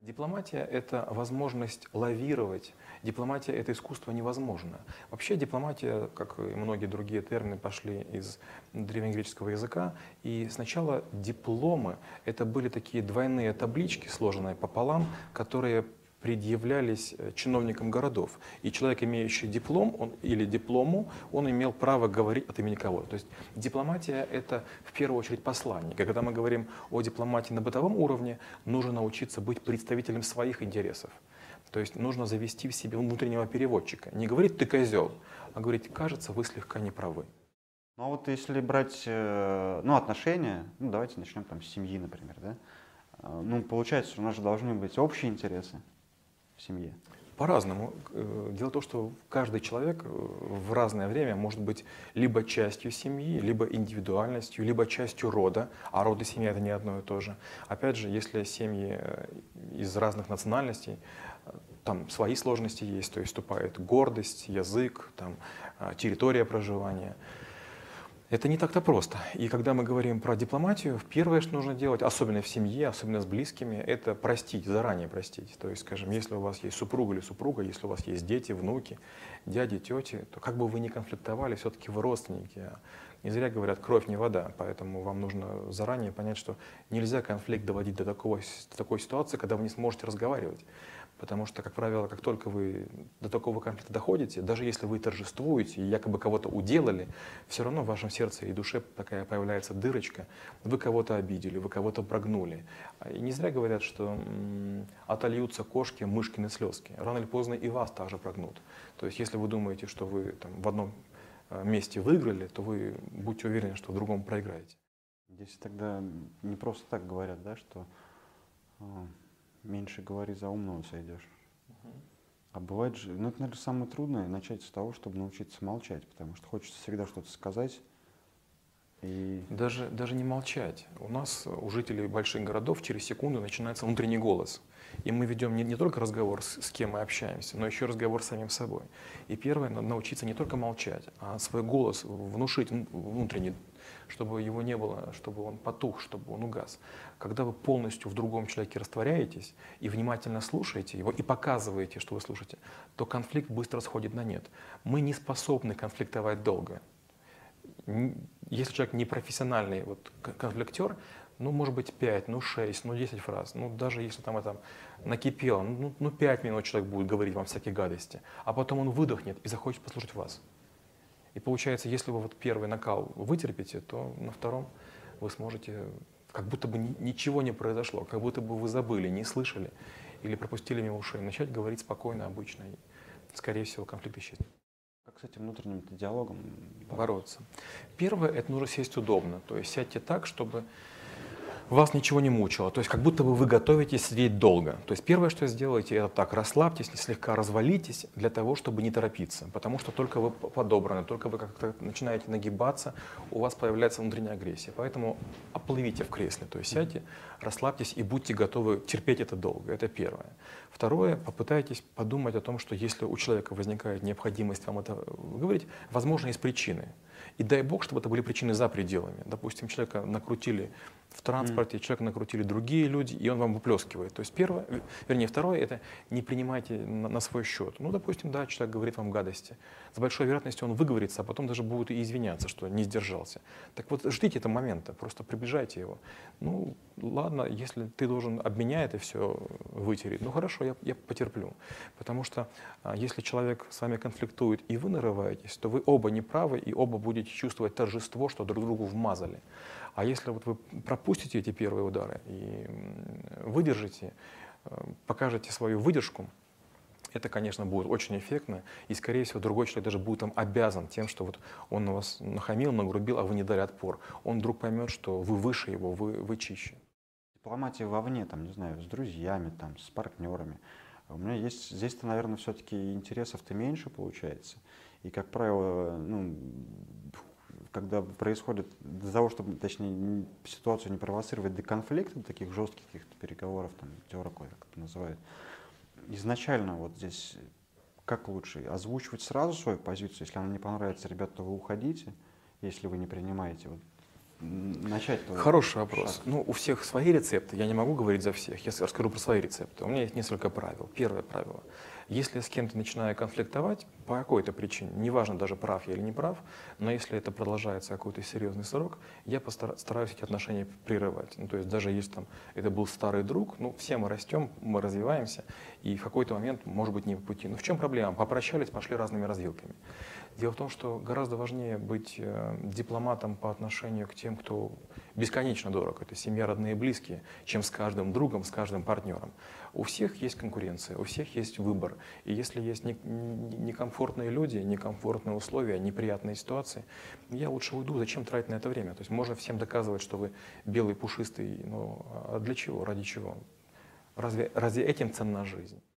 Дипломатия — это возможность лавировать. Дипломатия — это искусство невозможно. Вообще дипломатия, как и многие другие термины, пошли из древнегреческого языка. И сначала дипломы — это были такие двойные таблички, сложенные пополам, которые предъявлялись чиновникам городов. И человек, имеющий диплом или диплому, он имел право говорить от имени кого-то. То есть дипломатия — это в первую очередь посланник. И когда мы говорим о дипломатии на бытовом уровне, нужно научиться быть представителем своих интересов. То есть нужно завести в себе внутреннего переводчика. Не говорить «ты козел», а говорить «кажется, вы слегка неправы». Ну а вот если брать отношения, давайте начнем там с семьи, например, да? Получается, у нас же должны быть общие интересы в семье. По-разному. Дело в том, что каждый человек в разное время может быть либо частью семьи, либо индивидуальностью, либо частью рода, а род и семья — это не одно и то же. Опять же, если семьи из разных национальностей, там свои сложности есть, то есть вступает гордость, язык, там, территория проживания. Это не так-то просто. И когда мы говорим про дипломатию, первое, что нужно делать, особенно в семье, особенно с близкими, это простить, заранее простить. То есть, скажем, если у вас есть супруг или супруга, если у вас есть дети, внуки, дяди, тети, то как бы вы ни конфликтовали, все-таки вы родственники. Не зря говорят, кровь не вода, поэтому вам нужно заранее понять, что нельзя конфликт доводить до такой ситуации, когда вы не сможете разговаривать. Потому что, как правило, как только вы до такого конфликта доходите, даже если вы торжествуете и якобы кого-то уделали, все равно в вашем сердце и душе такая появляется дырочка. Вы кого-то обидели, вы кого-то прогнули. И не зря говорят, что отольются кошки мышкины слезки. Рано или поздно и вас также прогнут. То есть если вы думаете, что вы там, в одном месте выиграли, то вы будьте уверены, что в другом проиграете. Здесь тогда не просто так говорят, да, что меньше говори, за умного сойдешь. А бывает же, это, наверное, самое трудное — начать с того, чтобы научиться молчать, потому что хочется всегда что-то сказать. Даже не молчать. У нас, у жителей больших городов, через секунду начинается внутренний голос. И мы ведем не только разговор, с кем мы общаемся, но еще разговор с самим собой. И первое, надо научиться не только молчать, а свой голос внушить внутренний, чтобы его не было, чтобы он потух, чтобы он угас. Когда вы полностью в другом человеке растворяетесь и внимательно слушаете его и показываете, что вы слушаете, то конфликт быстро сходит на нет. Мы не способны конфликтовать долго. Если человек не профессиональный конфликтер, может быть 5, 6, 10 фраз. Даже если там это накипело, 5 минут человек будет говорить вам всякие гадости, а потом он выдохнет и захочет послушать вас. И получается, если вы первый накал вытерпите, то на втором вы сможете, как будто бы ничего не произошло, как будто бы вы забыли, не слышали или пропустили мимо ушей, начать говорить спокойно, обычно, и, скорее всего, конфликт исчезнет. Как с этим внутренним диалогом бороться? Первое, это нужно сесть удобно. То есть сядьте так, чтобы вас ничего не мучило. То есть как будто бы вы готовитесь сидеть долго. То есть первое, что сделаете, это так, расслабьтесь, слегка развалитесь для того, чтобы не торопиться. Потому что только вы подобраны, только вы как-то начинаете нагибаться, у вас появляется внутренняя агрессия. Поэтому оплывите в кресле. То есть сядьте, расслабьтесь и будьте готовы терпеть это долго. Это первое. Второе, попытайтесь подумать о том, что если у человека возникает необходимость вам это говорить, возможно, есть причины. И дай бог, чтобы это были причины за пределами. Допустим, человека накрутили в транспорте, человека накрутили другие люди, и он вам выплескивает. То есть второе, это не принимайте на свой счет. Допустим, да, человек говорит вам гадости. С большой вероятностью он выговорится, а потом даже будет и извиняться, что не сдержался. Так вот, ждите этого момента, просто приближайте его. Ладно, если ты должен об меня это все вытереть, хорошо, я потерплю. Потому что если человек с вами конфликтует, и вы нарываетесь, то вы оба неправы, и оба будете чувствовать торжество, что друг другу вмазали. А если вы пропустите эти первые удары и выдержите, покажете свою выдержку, это, конечно, будет очень эффектно, и, скорее всего, другой человек даже будет вам обязан тем, что он на вас нахамил, нагрубил, а вы не дали отпор. Он вдруг поймет, что вы выше его, вы чище. Дипломатия вовне, не знаю, с друзьями, с партнерами. У меня есть здесь-то, наверное, все-таки интересов-то меньше получается. И, как правило, когда происходит, для того, чтобы, точнее, ситуацию не провоцировать до конфликта, таких жестких каких-то переговоров, терок, как это называют, изначально здесь как лучше? Озвучивать сразу свою позицию, если она не понравится, ребята, то вы уходите, если вы не принимаете начать? Хороший вопрос. Шаг? Ну, у всех свои рецепты, я не могу говорить за всех. Я расскажу про свои рецепты. У меня есть несколько правил. Первое правило. Если я с кем-то начинаю конфликтовать по какой-то причине, неважно даже прав я или не прав, но если это продолжается какой-то серьезный срок, я стараюсь эти отношения прерывать. Ну, то есть даже если там это был старый друг, ну, все мы растем, мы развиваемся, и в какой-то момент, может быть, не по пути. Но в чем проблема? Попрощались, пошли разными развилками. Дело в том, что гораздо важнее быть дипломатом по отношению к тем, кто бесконечно дорог. Это семья, родные и близкие, чем с каждым другом, с каждым партнером. У всех есть конкуренция, у всех есть выбор. И если есть некомфортные люди, некомфортные условия, неприятные ситуации, я лучше уйду. Зачем тратить на это время? То есть можно всем доказывать, что вы белый, пушистый, но а для чего, ради чего? Разве этим ценна жизнь?